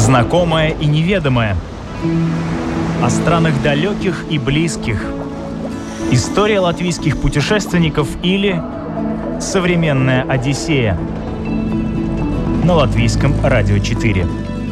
Знакомое и неведомое. О странах далеких и близких. История латвийских путешественников или современная Одиссея. На Латвийском радио 4.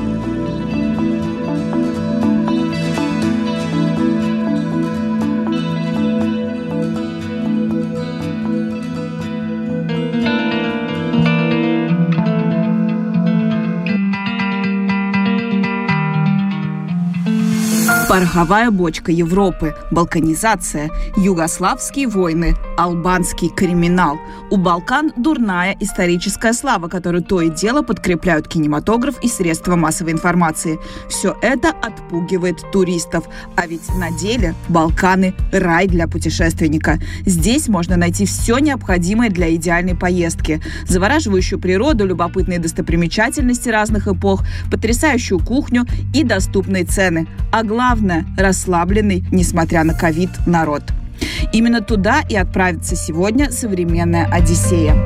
Пороховая бочка Европы, балканизация, югославские войны, албанский криминал. У Балкан дурная историческая слава, которую то и дело подкрепляют кинематограф и средства массовой информации. Все это отпугивает туристов. А ведь на деле Балканы – рай для путешественника. Здесь можно найти все необходимое для идеальной поездки. Завораживающую природу, любопытные достопримечательности разных эпох, потрясающую кухню и доступные цены. А главное – расслабленный, несмотря на ковид, народ. Именно туда и отправится сегодня современная Одиссея.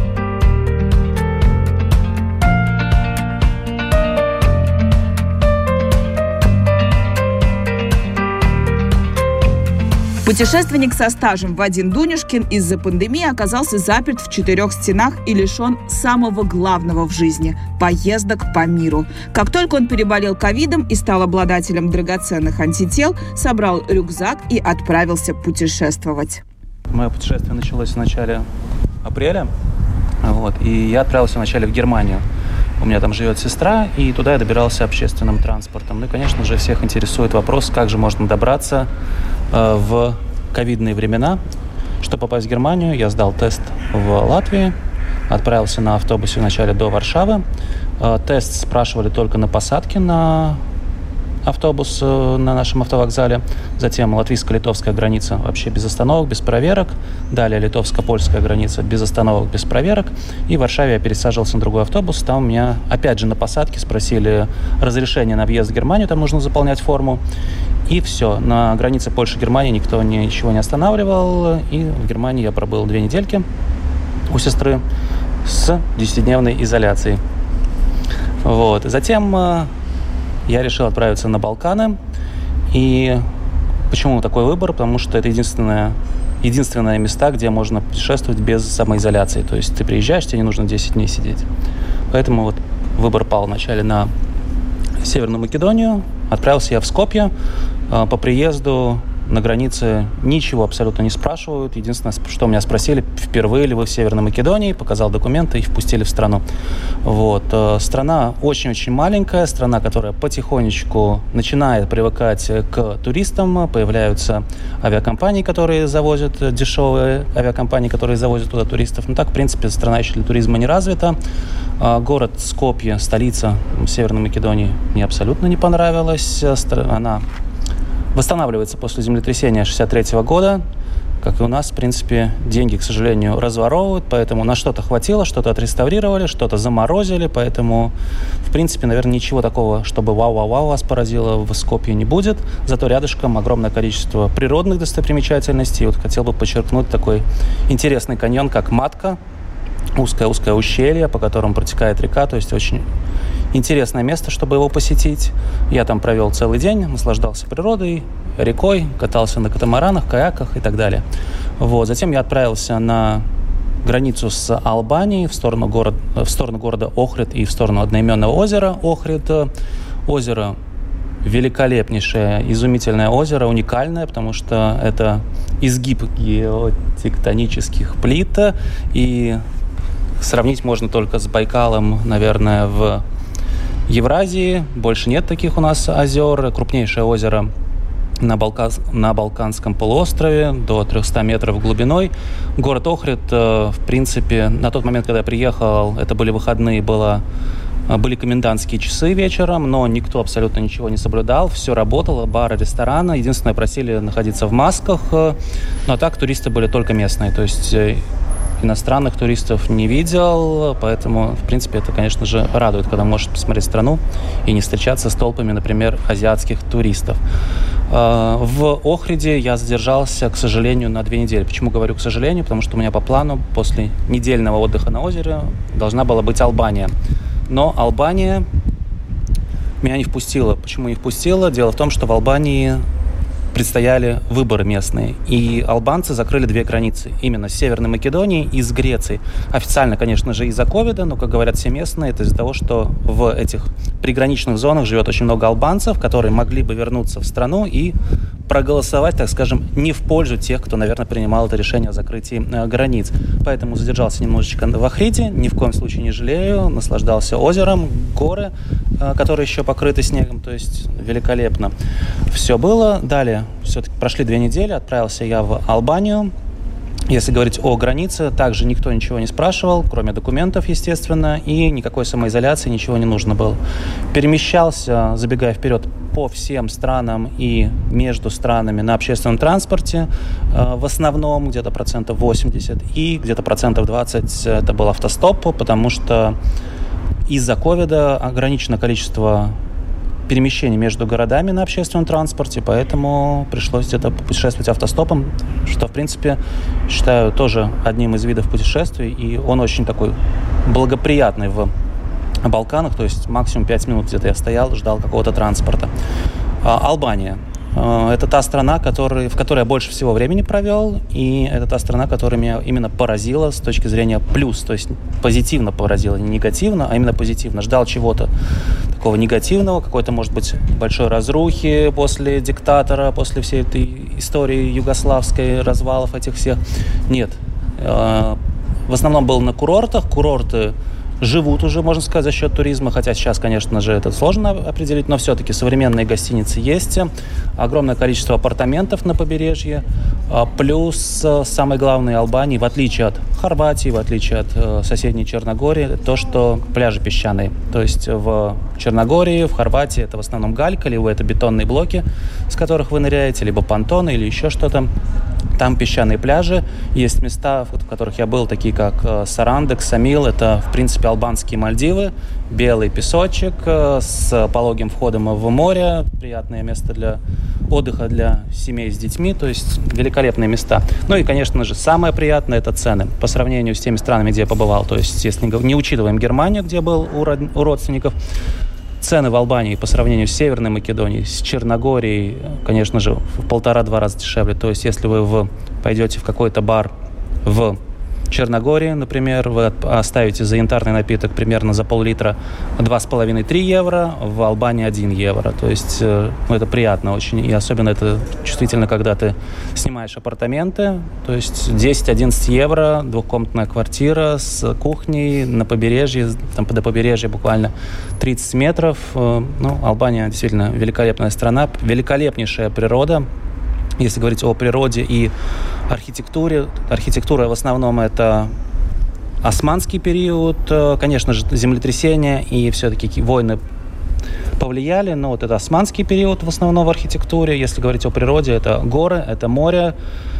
Путешественник со стажем Вадим Дунюшкин из-за пандемии оказался заперт в 4 стенах и лишен самого главного в жизни – поездок по миру. Как только он переболел ковидом и стал обладателем драгоценных антител, собрал рюкзак и отправился путешествовать. Мое путешествие началось в начале апреля, и я отправился вначале в Германию. У меня там живет сестра, и туда я добирался общественным транспортом. Ну и, конечно же, всех интересует вопрос, как же можно добраться в ковидные времена. Чтобы попасть в Германию, я сдал тест в Латвии, отправился на автобусе вначале до Варшавы. Тест спрашивали только на посадке на автобус на нашем автовокзале. Затем латвийско-литовская граница вообще без остановок, без проверок. Далее литовско-польская граница без остановок, без проверок. И в Варшаве я пересаживался на другой автобус. Там у меня, опять же, на посадке спросили разрешение на въезд в Германию. Там нужно заполнять форму. И все. На границе Польши-Германии никто ничего не останавливал. И в Германии я пробыл 2 недельки у сестры с 10-дневной изоляцией. Затем я решил отправиться на Балканы. И почему такой выбор? Потому что это единственное места, где можно путешествовать без самоизоляции. То есть ты приезжаешь, тебе не нужно 10 дней сидеть. Поэтому выбор пал вначале на Северную Македонию. Отправился я в Скопье. По приезду на границе ничего абсолютно не спрашивают. Единственное, что меня спросили, впервые ли вы в Северной Македонии, показал документы и впустили в страну. Страна очень-очень маленькая, страна, которая потихонечку начинает привыкать к туристам. Появляются авиакомпании, которые завозят, дешевые авиакомпании, которые завозят туда туристов. Так, в принципе, страна еще для туризма не развита. Город Скопье, столица Северной Македонии, мне абсолютно не понравилась. Она восстанавливается после землетрясения 1963 года. Как и у нас, в принципе, деньги, к сожалению, разворовывают, поэтому на что-то хватило, что-то отреставрировали, что-то заморозили, поэтому, в принципе, наверное, ничего такого, чтобы вау-вау-вау вас поразило, в Скопье не будет. Зато рядышком огромное количество природных достопримечательностей. Хотел бы подчеркнуть такой интересный каньон, как Матка, узкое ущелье, по которому протекает река, то есть очень интересное место, чтобы его посетить. Я там провел целый день, наслаждался природой, рекой, катался на катамаранах, каяках и так далее. Затем я отправился на границу с Албанией в сторону города Охрид и в сторону одноименного озера Охрид. Озеро великолепнейшее, изумительное озеро, уникальное, потому что это изгиб геотектонических плит, и сравнить можно только с Байкалом, наверное, в Евразии. Больше нет таких у нас озер. Крупнейшее озеро на Балканском полуострове, до 300 метров глубиной. Город Охрид, в принципе, на тот момент, когда я приехал, это были выходные, были комендантские часы вечером, но никто абсолютно ничего не соблюдал, все работало, бары, рестораны. Единственное, просили находиться в масках, но так туристы были только местные, то есть иностранных туристов не видел, поэтому, в принципе, это, конечно же, радует, когда можешь посмотреть страну и не встречаться с толпами, например, азиатских туристов. В Охриде я задержался, к сожалению, на 2 недели. Почему говорю «к сожалению»? Потому что у меня по плану после недельного отдыха на озере должна была быть Албания. Но Албания Меня не впустило. Почему не впустило? Дело в том, что в Албании предстояли выборы местные, и албанцы закрыли 2 границы, именно с Северной Македонией и с Грецией. Официально, конечно же, из-за ковида, но, как говорят все местные, это из-за того, что в этих приграничных зонах живет очень много албанцев, которые могли бы вернуться в страну и проголосовать, так скажем, не в пользу тех, кто, наверное, принимал это решение о закрытии границ. Поэтому задержался немножечко в Охриде, ни в коем случае не жалею, наслаждался озером, горы, которые еще покрыты снегом, то есть великолепно все было. Далее, все-таки прошли 2 недели, отправился я в Албанию. Если говорить о границе, также никто ничего не спрашивал, кроме документов, естественно, и никакой самоизоляции, ничего не нужно было. Перемещался, забегая вперед, по всем странам и между странами на общественном транспорте, в основном где-то 80%, и где-то 20% это был автостоп, потому что из-за ковида ограничено количество перемещений между городами на общественном транспорте, поэтому пришлось где-то путешествовать автостопом, что, в принципе, считаю тоже одним из видов путешествий, и он очень такой благоприятный в Балканах, то есть максимум 5 минут где-то я стоял, ждал какого-то транспорта. Албания. Это та страна, в которой я больше всего времени провел, и это та страна, которая меня именно поразила с точки зрения плюс, то есть позитивно поразила, не негативно, а именно позитивно. Ждал чего-то такого негативного, какой-то, может быть, большой разрухи после диктатора, после всей этой истории югославской, развалов этих всех. Нет. В основном был на курортах. Курорты живут уже, можно сказать, за счет туризма, хотя сейчас, конечно же, это сложно определить, но все-таки современные гостиницы есть, огромное количество апартаментов на побережье, плюс, самое главное, Албании, в отличие от Хорватии, в отличие от соседней Черногории, то, что пляжи песчаные, то есть в Черногории, в Хорватии это в основном галька, либо это бетонные блоки, с которых вы ныряете, либо понтоны или еще что-то. Там песчаные пляжи, есть места, в которых я был, такие как Сарандек, Самил, это, в принципе, албанские Мальдивы, белый песочек с пологим входом в море, приятное место для отдыха для семей с детьми, то есть великолепные места. Ну и, конечно же, самое приятное – это цены по сравнению с теми странами, где я побывал, то есть если не учитываем Германию, где был у родственников, цены в Албании по сравнению с Северной Македонией, с Черногорией, конечно же, в 1,5-2 раза дешевле. То есть, если вы пойдете в какой-то бар в Черногории, например, вы оставите за янтарный напиток примерно за пол-литра 2,5-3 евро, в Албании 1 евро. То есть, это приятно очень. И особенно это чувствительно, когда ты снимаешь апартаменты. То есть, 10-11 евро, двухкомнатная квартира с кухней на побережье, там до побережья буквально 30 метров. Ну, Албания действительно великолепная страна, великолепнейшая природа. Если говорить о природе и архитектуре, архитектура в основном это османский период, конечно же, землетрясения и все-таки войны повлияли, но вот это османский период в основном в архитектуре. Если говорить о природе, это горы, это море,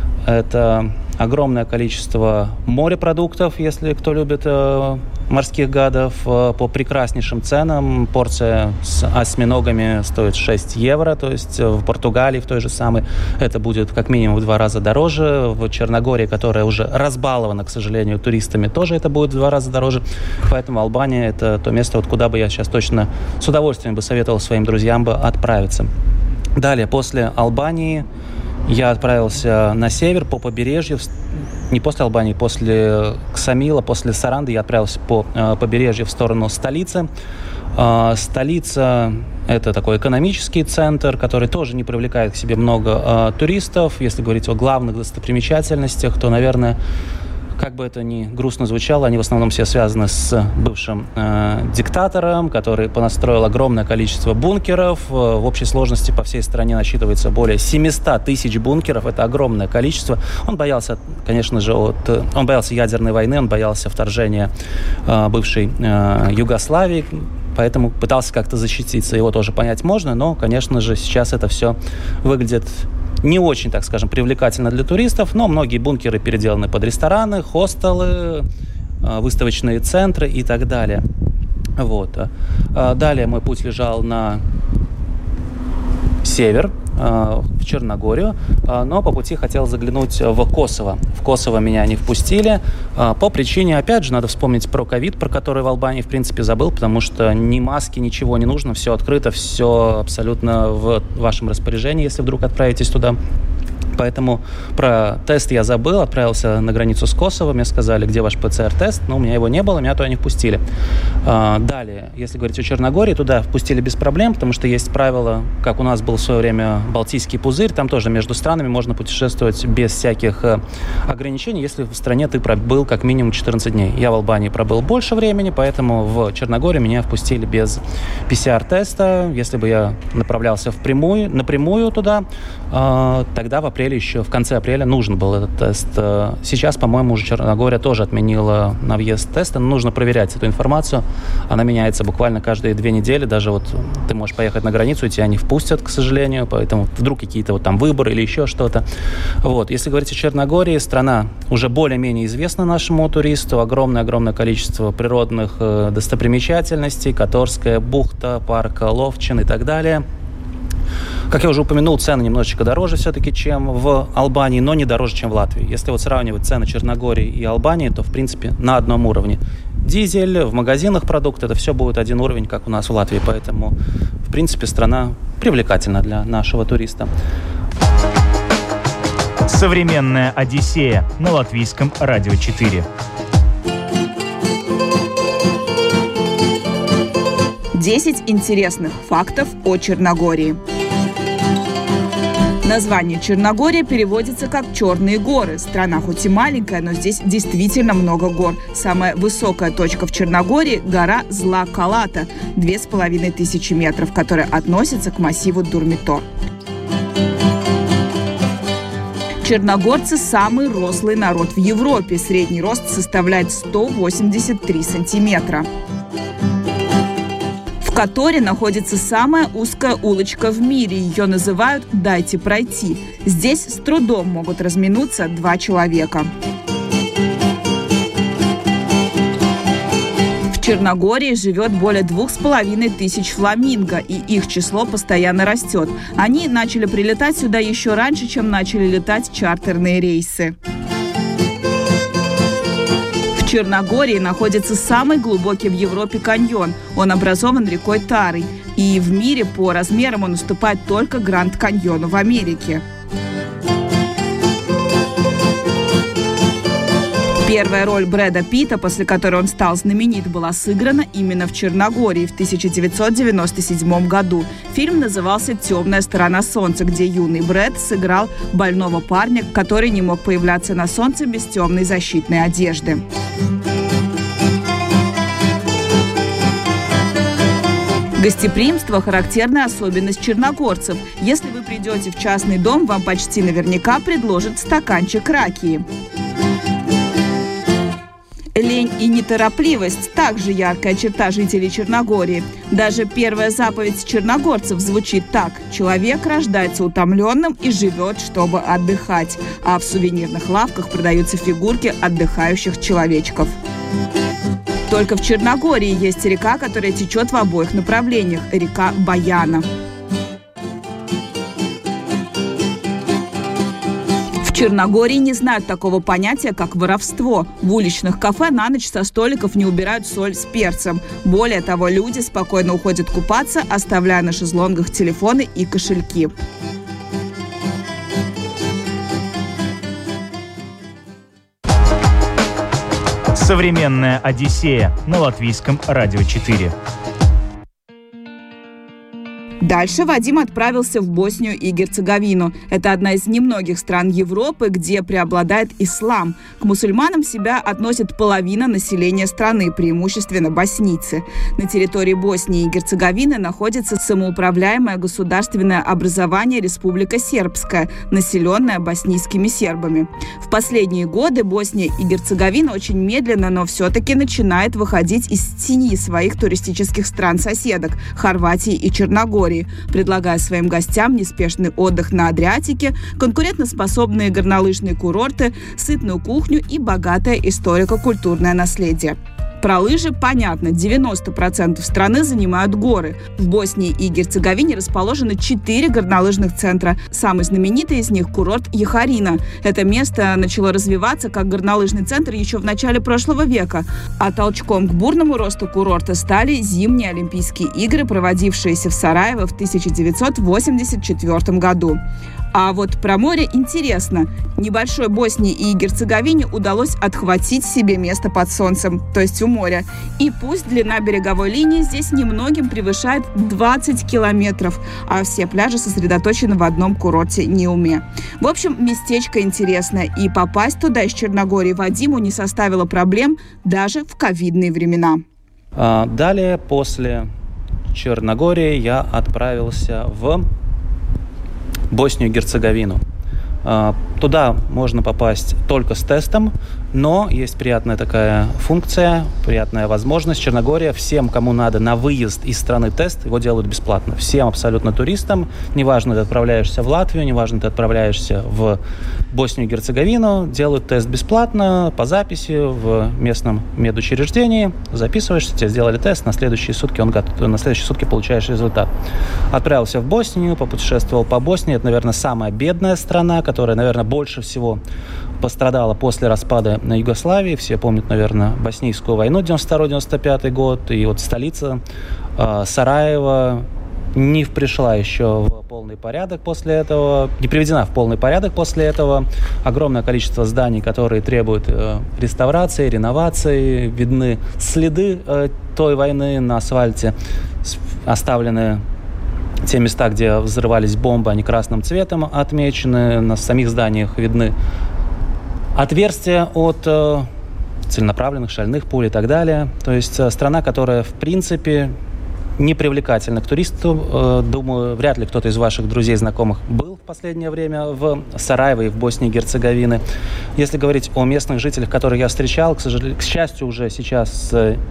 это огромное количество морепродуктов, если кто любит морских гадов, по прекраснейшим ценам. Порция с осьминогами стоит 6 евро, то есть в Португалии в той же самой это будет как минимум в 2 раза дороже. В Черногории, которая уже разбалована, к сожалению, туристами, тоже это будет в 2 раза дороже. Поэтому Албания – это то место, вот куда бы я сейчас точно с удовольствием бы советовал своим друзьям бы отправиться. Далее, после Албании я отправился на север по побережью, не после Албании, после Ксамила, после Саранды я отправился по побережью в сторону столицы. Столица – это такой экономический центр, который тоже не привлекает к себе много туристов. Если говорить о главных достопримечательностях, то, наверное, как бы это ни грустно звучало, они в основном все связаны с бывшим диктатором, который понастроил огромное количество бункеров. В общей сложности по всей стране насчитывается более 700 тысяч бункеров. Это огромное количество. Он боялся, конечно же, он боялся ядерной войны, он боялся вторжения бывшей Югославии, поэтому пытался как-то защититься. Его тоже понять можно, но, конечно же, сейчас это все выглядит не очень, так скажем, привлекательно для туристов, но многие бункеры переделаны под рестораны, хостелы, выставочные центры и так далее. Вот. Далее мой путь лежал на север. в Черногорию, но по пути хотел заглянуть в Косово. В Косово меня не впустили по причине, опять же, надо вспомнить про ковид, про который в Албании, в принципе, забыл, потому что ни маски, ничего не нужно, все открыто, все абсолютно в вашем распоряжении, если вдруг отправитесь туда. Поэтому про тест я забыл, отправился на границу с Косово, мне сказали, где ваш ПЦР-тест, но у меня его не было, меня туда не впустили. Далее, если говорить о Черногории, туда впустили без проблем, потому что есть правило, как у нас был в свое время Балтийский пузырь, там тоже между странами можно путешествовать без всяких ограничений, если в стране ты пробыл как минимум 14 дней. Я в Албании пробыл больше времени, поэтому в Черногорию меня впустили без ПЦР-теста. Если бы я направлялся напрямую туда, тогда в апреле еще, в конце апреля нужен был этот тест. Сейчас, по-моему, уже Черногория тоже отменила на въезд теста, но нужно проверять эту информацию. Она меняется буквально каждые 2 недели. Даже вот ты можешь поехать на границу, и тебя не впустят, к сожалению, поэтому вдруг какие-то вот там выборы или еще что-то. Вот. Если говорить о Черногории, страна уже более-менее известна нашему туристу. Огромное количество природных достопримечательностей. Которская бухта, парк Ловчин и так далее. Как я уже упомянул, цены немножечко дороже все-таки, чем в Албании, но не дороже, чем в Латвии. Если вот сравнивать цены Черногории и Албании, то, в принципе, на одном уровне. Дизель, в магазинах продукты, это все будет один уровень, как у нас в Латвии. Поэтому, в принципе, страна привлекательна для нашего туриста. Современная Одиссея на Латвийском радио 4. Десять интересных фактов о Черногории. Название Черногория переводится как «Черные горы». Страна хоть и маленькая, но здесь действительно много гор. Самая высокая точка в Черногории – гора Зла-Калата, 2500 метров, которая относится к массиву Дурмитор. Черногорцы – самый рослый народ в Европе. Средний рост составляет 183 сантиметра. В Которе находится самая узкая улочка в мире. Ее называют «Дайте пройти». Здесь с трудом могут разминуться 2 человека. В Черногории живет более 2500 фламинго, и их число постоянно растет. Они начали прилетать сюда еще раньше, чем начали летать чартерные рейсы. В Черногории находится самый глубокий в Европе каньон. Он образован рекой Тарой. И в мире по размерам он уступает только Гранд-каньону в Америке. Первая роль Брэда Питта, после которой он стал знаменит, была сыграна именно в Черногории в 1997 году. Фильм назывался «Темная сторона солнца», где юный Брэд сыграл больного парня, который не мог появляться на солнце без темной защитной одежды. Гостеприимство – характерная особенность черногорцев. Если вы придете в частный дом, вам почти наверняка предложат стаканчик ракии. Лень и неторопливость – также яркая черта жителей Черногории. Даже первая заповедь черногорцев звучит так: «Человек рождается утомленным и живет, чтобы отдыхать». А в сувенирных лавках продаются фигурки отдыхающих человечков. Только в Черногории есть река, которая течет в обоих направлениях – река Баяна. В Черногории не знают такого понятия, как воровство. В уличных кафе на ночь со столиков не убирают соль с перцем. Более того, люди спокойно уходят купаться, оставляя на шезлонгах телефоны и кошельки. Современная Одиссея на Латвийском радио 4. Дальше Вадим отправился в Боснию и Герцеговину. Это одна из немногих стран Европы, где преобладает ислам. К мусульманам себя относит половина населения страны, преимущественно боснийцы. На территории Боснии и Герцеговины находится самоуправляемое государственное образование Республика Сербская, населенная боснийскими сербами. В последние годы Босния и Герцеговина очень медленно, но все-таки начинает выходить из тени своих туристических стран-соседок – Хорватии и Черногории, предлагая своим гостям неспешный отдых на Адриатике, конкурентоспособные горнолыжные курорты, сытную кухню и богатое историко-культурное наследие. Про лыжи понятно, 90% страны занимают горы. В Боснии и Герцеговине расположены 4 горнолыжных центра. Самый знаменитый из них – курорт Яхорина. Это место начало развиваться как горнолыжный центр еще в начале прошлого века. А толчком к бурному росту курорта стали зимние Олимпийские игры, проводившиеся в Сараево в 1984 году. А вот про море интересно. Небольшой Боснии и Герцеговине удалось отхватить себе место под солнцем, то есть у моря. И пусть длина береговой линии здесь немногим превышает 20 километров, а все пляжи сосредоточены в одном курорте Неуме. В общем, местечко интересное, и попасть туда из Черногории Вадиму не составило проблем даже в ковидные времена. Далее, после Черногории, я отправился в Боснию и Герцеговину. Туда можно попасть только с тестом, но есть приятная такая функция, приятная возможность. Черногория всем, кому надо на выезд из страны тест, его делают бесплатно. Всем абсолютно туристам. Неважно, ты отправляешься в Латвию, неважно, ты отправляешься в Боснию и Герцеговину, делают тест бесплатно, по записи в местном медучреждении. Записываешься, тебе сделали тест, на следующие сутки получаешь результат. Отправился в Боснию, попутешествовал по Боснии. Это, наверное, самая бедная страна, которая, наверное, больше всего пострадала после распада Югославии. Все помнят, наверное, Боснийскую войну 92-95 год. И вот столица Сараево не пришла еще в полный порядок после этого, не приведена в полный порядок после этого. Огромное количество зданий, которые требуют реставрации, реновации. Видны следы той войны на асфальте, оставленные те места, где взрывались бомбы, они красным цветом отмечены. На самих зданиях видны отверстия от целенаправленных шальных пуль и так далее. То есть страна, которая, в принципе, не привлекательна к туристу. Думаю, вряд ли кто-то из ваших друзей, знакомых был в последнее время в Сараево и в Боснии и Герцеговине. Если говорить о местных жителях, которых я встречал, к счастью, уже сейчас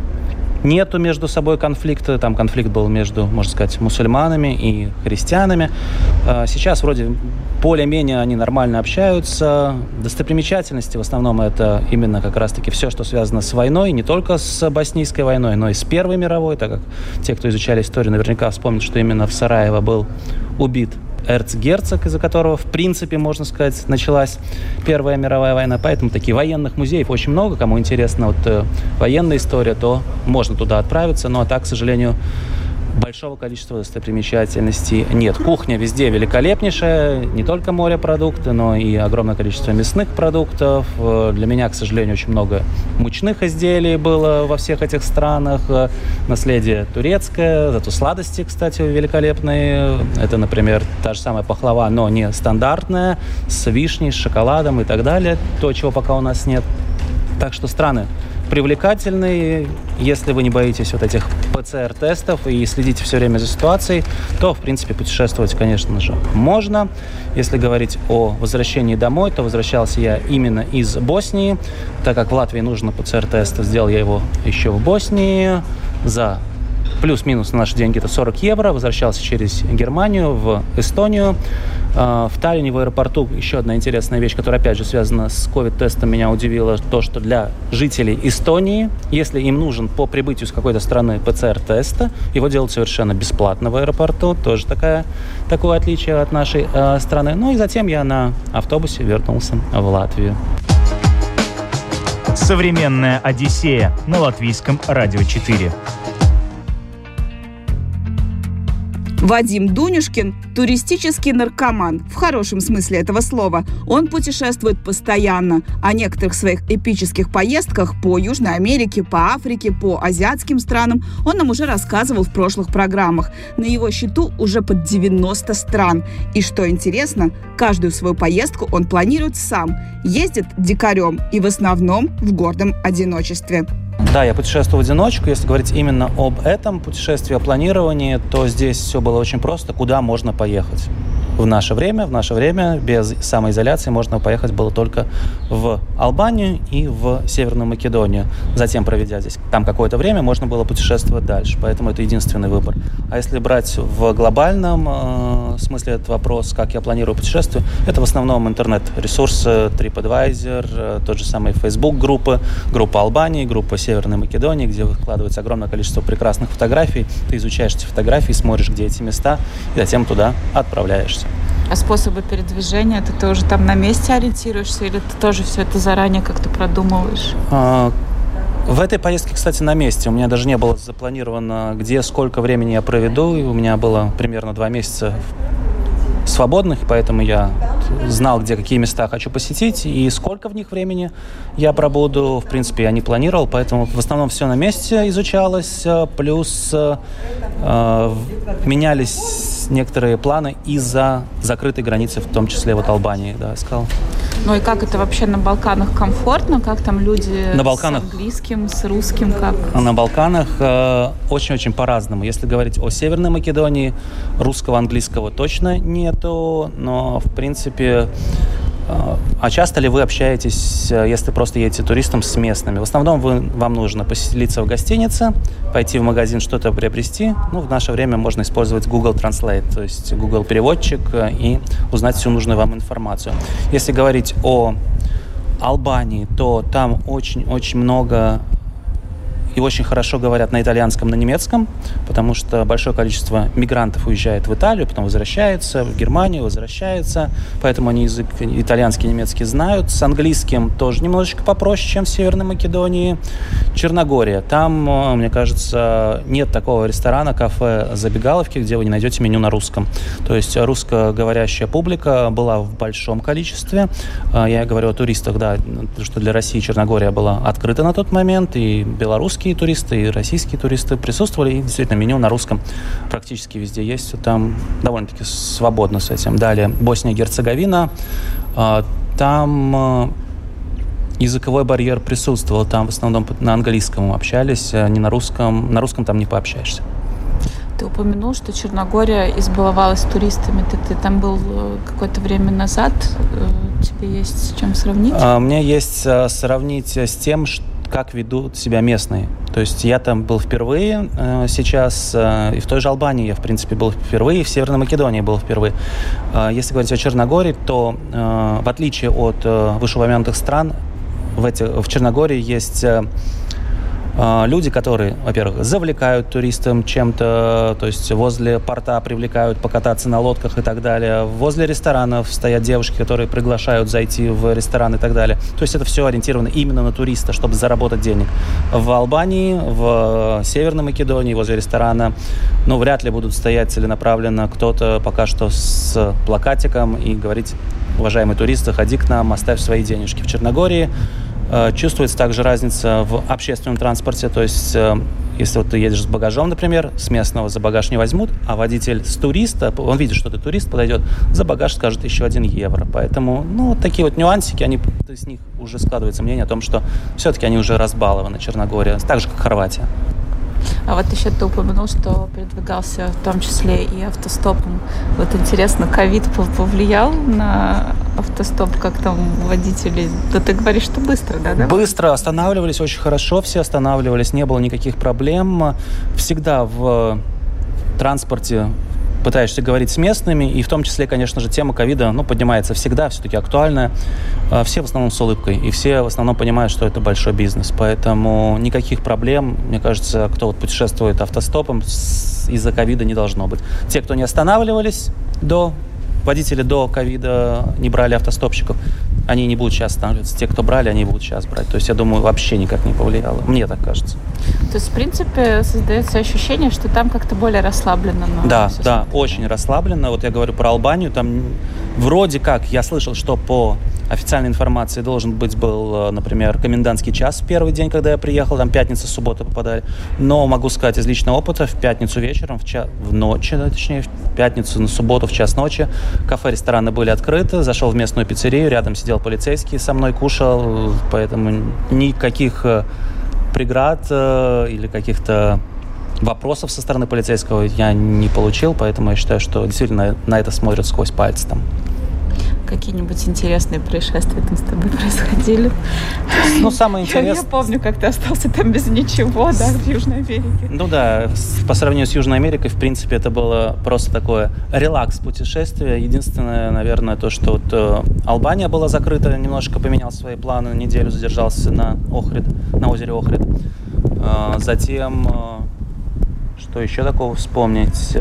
нету между собой конфликта. Там конфликт был между, можно сказать, мусульманами и христианами. Сейчас вроде более-менее они нормально общаются. Достопримечательности в основном это именно как раз-таки все, что связано с войной. Не только с Боснийской войной, но и с Первой мировой, так как те, кто изучали историю, наверняка вспомнят, что именно в Сараево был убит эрцгерцог, из-за которого, в принципе, можно сказать, началась Первая мировая война. Поэтому таких военных музеев очень много. Кому интересна военная история, то можно туда отправиться. Ну, а так, к сожалению, большого количества достопримечательностей нет. Кухня везде великолепнейшая. Не только морепродукты, но и огромное количество мясных продуктов. Для меня, к сожалению, очень много мучных изделий было во всех этих странах. Наследие турецкое. Зато сладости, кстати, великолепные. Это, например, та же самая пахлава, но не стандартная, с вишней, с шоколадом и так далее. То, чего пока у нас нет. Так что страны привлекательный. Если вы не боитесь вот этих ПЦР-тестов и следите все время за ситуацией, то, в принципе, путешествовать, конечно же, можно. Если говорить о возвращении домой, то возвращался я именно из Боснии. Так как в Латвии нужно ПЦР-тест, сделал я его еще в Боснии за плюс-минус на наши деньги это 40 евро. Возвращался через Германию в Эстонию. В Таллине, в аэропорту, еще одна интересная вещь, которая, опять же, связана с ковид-тестом, меня удивило, то, что для жителей Эстонии, если им нужен по прибытию с какой-то страны ПЦР-теста, его делают совершенно бесплатно в аэропорту. Тоже такое отличие от нашей страны. Ну и затем я на автобусе вернулся в Латвию. Современная Одиссея на Латвийском радио 4. Вадим Дунюшкин – туристический наркоман, в хорошем смысле этого слова. Он путешествует постоянно. О некоторых своих эпических поездках по Южной Америке, по Африке, по азиатским странам он нам уже рассказывал в прошлых программах. На его счету уже под 90 стран. И что интересно, каждую свою поездку он планирует сам. Ездит дикарем и в основном в гордом одиночестве. Да, я путешествую в одиночку. Если говорить именно об этом путешествии, о планировании, то здесь все было очень просто. Куда можно поехать? В наше время без самоизоляции можно поехать было только в Албанию и в Северную Македонию. Затем, проведя здесь там какое-то время, можно было путешествовать дальше. Поэтому это единственный выбор. А если брать в глобальном смысле этот вопрос, как я планирую путешествие, это в основном интернет-ресурсы, TripAdvisor, тот же самый Facebook-группа, группа Албании, группа Северной Македонии, где выкладывается огромное количество прекрасных фотографий. Ты изучаешь эти фотографии, смотришь, где эти места, и затем туда отправляешься. А способы передвижения, ты уже там на месте ориентируешься или ты тоже все это заранее как-то продумываешь? В этой поездке, кстати, на месте. У меня даже не было запланировано, где, сколько времени я проведу. И у меня было примерно 2 месяца свободных, поэтому я знал, где какие места хочу посетить и сколько в них времени я пробуду. В принципе, я не планировал, поэтому в основном все на месте изучалось, плюс менялись некоторые планы из-за закрытой границы, в том числе вот Албании, да, искал. Ну и как это вообще на Балканах комфортно? Как там люди на Балканах, с английским, с русским? Как? На Балканах очень-очень по-разному. Если говорить о Северной Македонии, русского, английского точно нету, но в принципе... А часто ли вы общаетесь, если просто едете туристом, с местными? В основном вам нужно поселиться в гостинице, пойти в магазин, что-то приобрести. Ну, в наше время можно использовать Google Translate, то есть Google переводчик, и узнать всю нужную вам информацию. Если говорить о Албании, то там очень-очень много и очень хорошо говорят на итальянском, на немецком, потому что большое количество мигрантов уезжает в Италию, потом возвращается в Германию, возвращается, поэтому они язык итальянский, немецкий знают. С английским тоже немножечко попроще, чем в Северной Македонии. Черногория. Там, мне кажется, нет такого ресторана, кафе, забегаловки, где вы не найдете меню на русском. То есть русскоговорящая публика была в большом количестве. Я говорю о туристах, да, что для России Черногория была открыта на тот момент, и белорусские туристы, и российские туристы присутствовали, и действительно меню на русском практически везде есть. Там довольно-таки свободно с этим. Далее Босния и Герцеговина. Там языковой барьер присутствовал, там в основном на английском общались, не на русском. На русском там не пообщаешься. Ты упомянул, что Черногория избаловалась туристами. Ты там был какое-то время назад. Тебе есть с чем сравнить? У меня есть сравнить с тем, как ведут себя местные. То есть я там был впервые сейчас, и в той же Албании я, в принципе, был впервые, и в Северной Македонии был впервые. Если говорить о Черногории, то в отличие от вышеупомянутых стран, в Черногории есть люди, которые, во-первых, завлекают туристам чем-то, то есть возле порта привлекают покататься на лодках и так далее. Возле ресторанов стоят девушки, которые приглашают зайти в ресторан и так далее. То есть это все ориентировано именно на туриста, чтобы заработать денег. В Албании, в Северной Македонии, возле ресторана, вряд ли будут стоять целенаправленно кто-то пока что с плакатиком и говорить: уважаемый турист, заходи к нам, оставь свои денежки. В Черногории чувствуется также разница в общественном транспорте, то есть если вот ты едешь с багажом, например, с местного за багаж не возьмут, а водитель с туриста, он видит, что ты турист, подойдет, за багаж скажет еще 1 евро. Поэтому, вот такие вот нюансики, из них уже складывается мнение о том, что все-таки они уже разбалованы, Черногория, так же, как Хорватия. А вот еще ты упомянул, что передвигался в том числе и автостопом. Вот интересно, ковид повлиял на автостоп? Как там водители? Да ты говоришь, что быстро, да? Быстро останавливались, очень хорошо все останавливались, не было никаких проблем. Всегда в транспорте пытаешься говорить с местными, и в том числе, конечно же, тема ковида, поднимается всегда, все-таки актуальная. Все в основном с улыбкой, и все в основном понимают, что это большой бизнес. Поэтому никаких проблем, мне кажется, кто путешествует автостопом, из-за ковида не должно быть. Те, кто не останавливались водители до ковида, не брали автостопщиков, они не будут сейчас останавливаться. Те, кто брали, они будут сейчас брать. То есть, я думаю, вообще никак не повлияло. Мне так кажется. То есть, в принципе, создается ощущение, что там как-то более расслабленно. Да, очень расслабленно. Вот я говорю про Албанию, там вроде как я слышал, что по официальной информации был, например, комендантский час в первый день, когда я приехал, там пятница, суббота попадали. Но могу сказать из личного опыта, в пятницу вечером, в пятницу на субботу в час ночи кафе, рестораны были открыты, зашел в местную пиццерию, рядом сидел полицейский, со мной кушал, поэтому никаких преград или каких-то Вопросов со стороны полицейского я не получил, поэтому я считаю, что действительно на это смотрят сквозь пальцы там. Какие-нибудь интересные происшествия там с тобой происходили? Ну, самое интересное... Я помню, как ты остался там без ничего, да, в Южной Америке. Ну да, по сравнению с Южной Америкой, в принципе, это было просто такое релакс-путешествие. Единственное, наверное, то, что вот Албания была закрыта, немножко поменял свои планы, неделю задержался на озере Охрид. Затем, что еще такого вспомнить...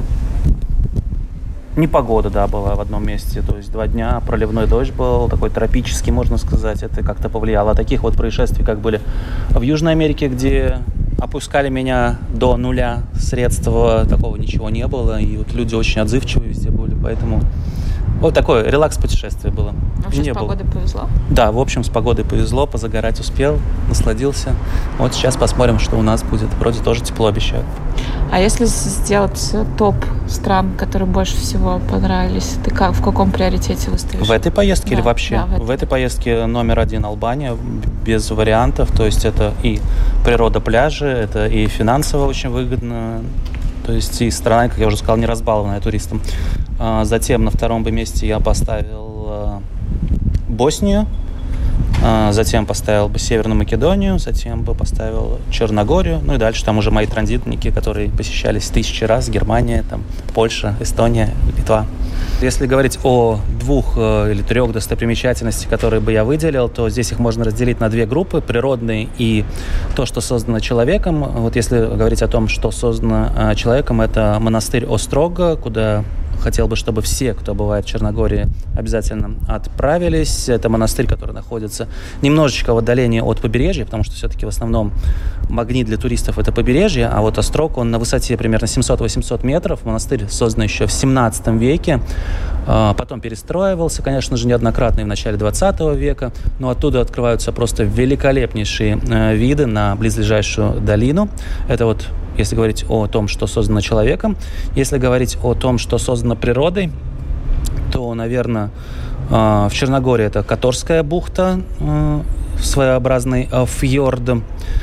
Непогода, да, была в одном месте, то есть 2 дня, проливной дождь был, такой тропический, можно сказать, это как-то повлияло. А таких вот происшествий, как были в Южной Америке, где опускали меня до нуля, средства, такого ничего не было, и вот люди очень отзывчивые везде были, поэтому вот такое релакс-путешествие было. Вообще с погодой повезло? Да, в общем, с погодой повезло, позагорать успел, насладился. Вот сейчас посмотрим, что у нас будет. Вроде тоже тепло обещают. А если сделать топ стран, которые больше всего понравились, ты в каком приоритете выставишь? В этой поездке или вообще? Да, в этой поездке номер 1 Албания, без вариантов. То есть это и природа пляжа, это и финансово очень выгодно. То есть и страна, как я уже сказал, не разбалованная туристам. Затем на втором бы месте я поставил Боснию. Затем поставил бы Северную Македонию, затем бы поставил Черногорию, ну и дальше там уже мои транзитники, которые посещались 1000 раз, Германия, там, Польша, Эстония, Литва. Если говорить о 2 или 3 достопримечательностях, которые бы я выделил, то здесь их можно разделить на 2 группы, природные и то, что создано человеком. Вот если говорить о том, что создано человеком, это монастырь Острога, куда хотел бы, чтобы все, кто бывает в Черногории, обязательно отправились. Это монастырь, который находится немножечко в отдалении от побережья, потому что все-таки в основном магнит для туристов – это побережье, а вот Острог, он на высоте примерно 700-800 метров. Монастырь создан еще в 17 веке, потом перестраивался, конечно же, неоднократно и в начале 20 века, но оттуда открываются просто великолепнейшие виды на близлежащую долину. Это вот если говорить о том, что создано человеком. Если говорить о том, что создано природой, то, наверное, в Черногории это Которская бухта, своеобразный фьорд.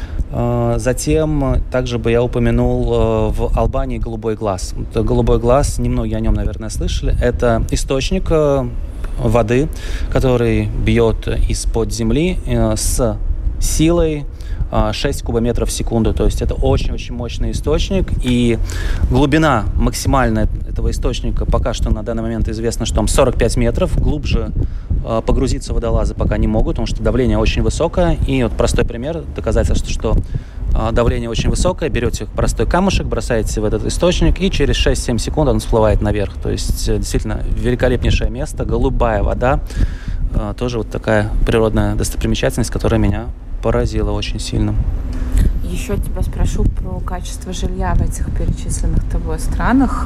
Затем также бы я упомянул в Албании Голубой глаз. Голубой глаз, немногие о нем, наверное, слышали. Это источник воды, который бьет из-под земли с силой 6 кубометров в секунду. То есть это очень-очень мощный источник. И глубина максимальная этого источника пока что на данный момент известно, что там 45 метров. Глубже погрузиться водолазы пока не могут, потому что давление очень высокое. И вот простой пример, доказательство, что давление очень высокое. Берете простой камушек, бросаете в этот источник, и через 6-7 секунд он всплывает наверх. То есть действительно великолепнейшее место, голубая вода. Тоже вот такая природная достопримечательность, которая меня поразило очень сильно. Еще тебя спрошу про качество жилья в этих перечисленных тобой странах.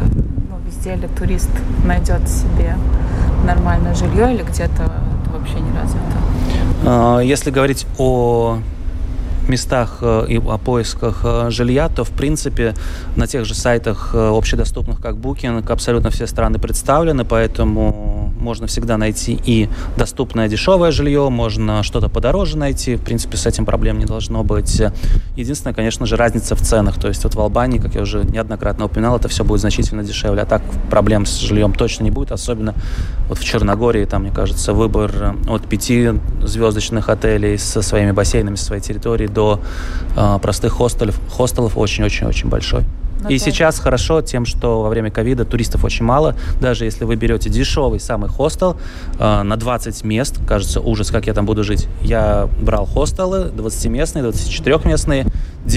Везде ли турист найдет себе нормальное жилье или где-то это вообще не развито? Если говорить о местах и о поисках жилья, то, в принципе, на тех же сайтах общедоступных, как Booking, абсолютно все страны представлены, поэтому можно всегда найти и доступное дешевое жилье, можно что-то подороже найти, в принципе, с этим проблем не должно быть. Единственное, конечно же, разница в ценах, то есть вот в Албании, как я уже неоднократно упоминал, это все будет значительно дешевле, а так проблем с жильем точно не будет, особенно вот в Черногории, там, мне кажется, выбор от 5-звездочных отелей со своими бассейнами, со своей территорией до простых хостелов очень-очень-очень большой. И сейчас хорошо тем, что во время ковида туристов очень мало. Даже если вы берете дешевый самый хостел на 20 мест, кажется, ужас, как я там буду жить. Я брал хостелы 20-местные, 24-местные,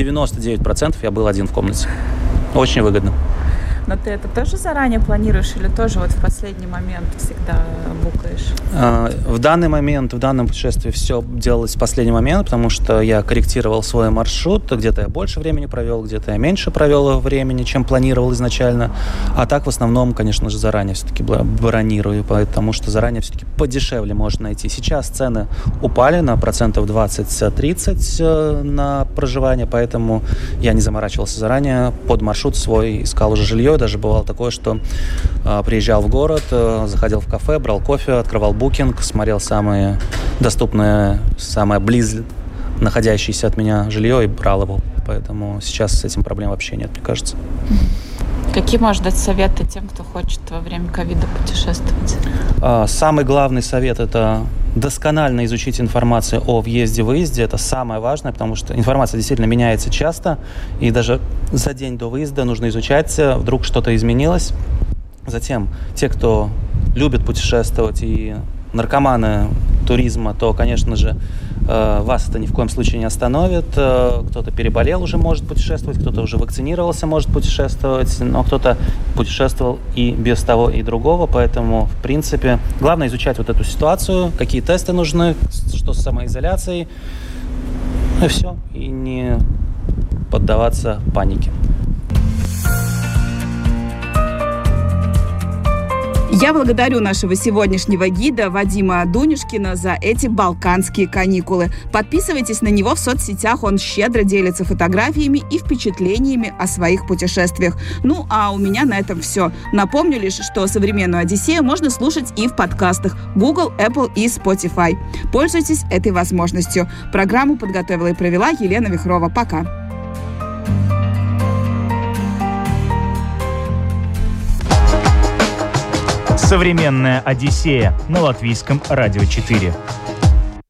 99% я был один в комнате. Очень выгодно. Но ты это тоже заранее планируешь или тоже вот в последний момент всегда букаешь? В данный момент, в данном путешествии все делалось в последний момент, потому что я корректировал свой маршрут. Где-то я больше времени провел, где-то я меньше провел времени, чем планировал изначально. А так в основном, конечно же, заранее все-таки бронирую, потому что заранее все-таки подешевле можно найти. Сейчас цены упали на 20-30% на проживание, поэтому я не заморачивался заранее. Под маршрут свой искал уже жилье. Даже бывало такое, что приезжал в город, заходил в кафе, брал кофе, открывал Booking, смотрел самое доступное, самое близ находящееся от меня жилье и брал его поэтому сейчас с этим проблем вообще нет, мне кажется. Какие, можешь дать советы тем, кто хочет во время ковида путешествовать? Самый главный совет – это досконально изучить информацию о въезде-выезде. Это самое важное, потому что информация действительно меняется часто, и даже за день до выезда нужно изучать, вдруг что-то изменилось. Затем, те, кто любит путешествовать и наркоманы туризма, то, конечно же, вас это ни в коем случае не остановит. Кто-то переболел, уже может путешествовать, кто-то уже вакцинировался, может путешествовать, но кто-то путешествовал и без того, и другого. Поэтому, в принципе, главное изучать вот эту ситуацию, какие тесты нужны, что с самоизоляцией, и все. И не поддаваться панике. Я благодарю нашего сегодняшнего гида Вадима Дунюшкина за эти балканские каникулы. Подписывайтесь на него в соцсетях, он щедро делится фотографиями и впечатлениями о своих путешествиях. Ну, а у меня на этом все. Напомню лишь, что «Современную Одиссею» можно слушать и в подкастах Google, Apple и Spotify. Пользуйтесь этой возможностью. Программу подготовила и провела Елена Вихрова. Пока. «Современная Одиссея» на Латвийском радио 4.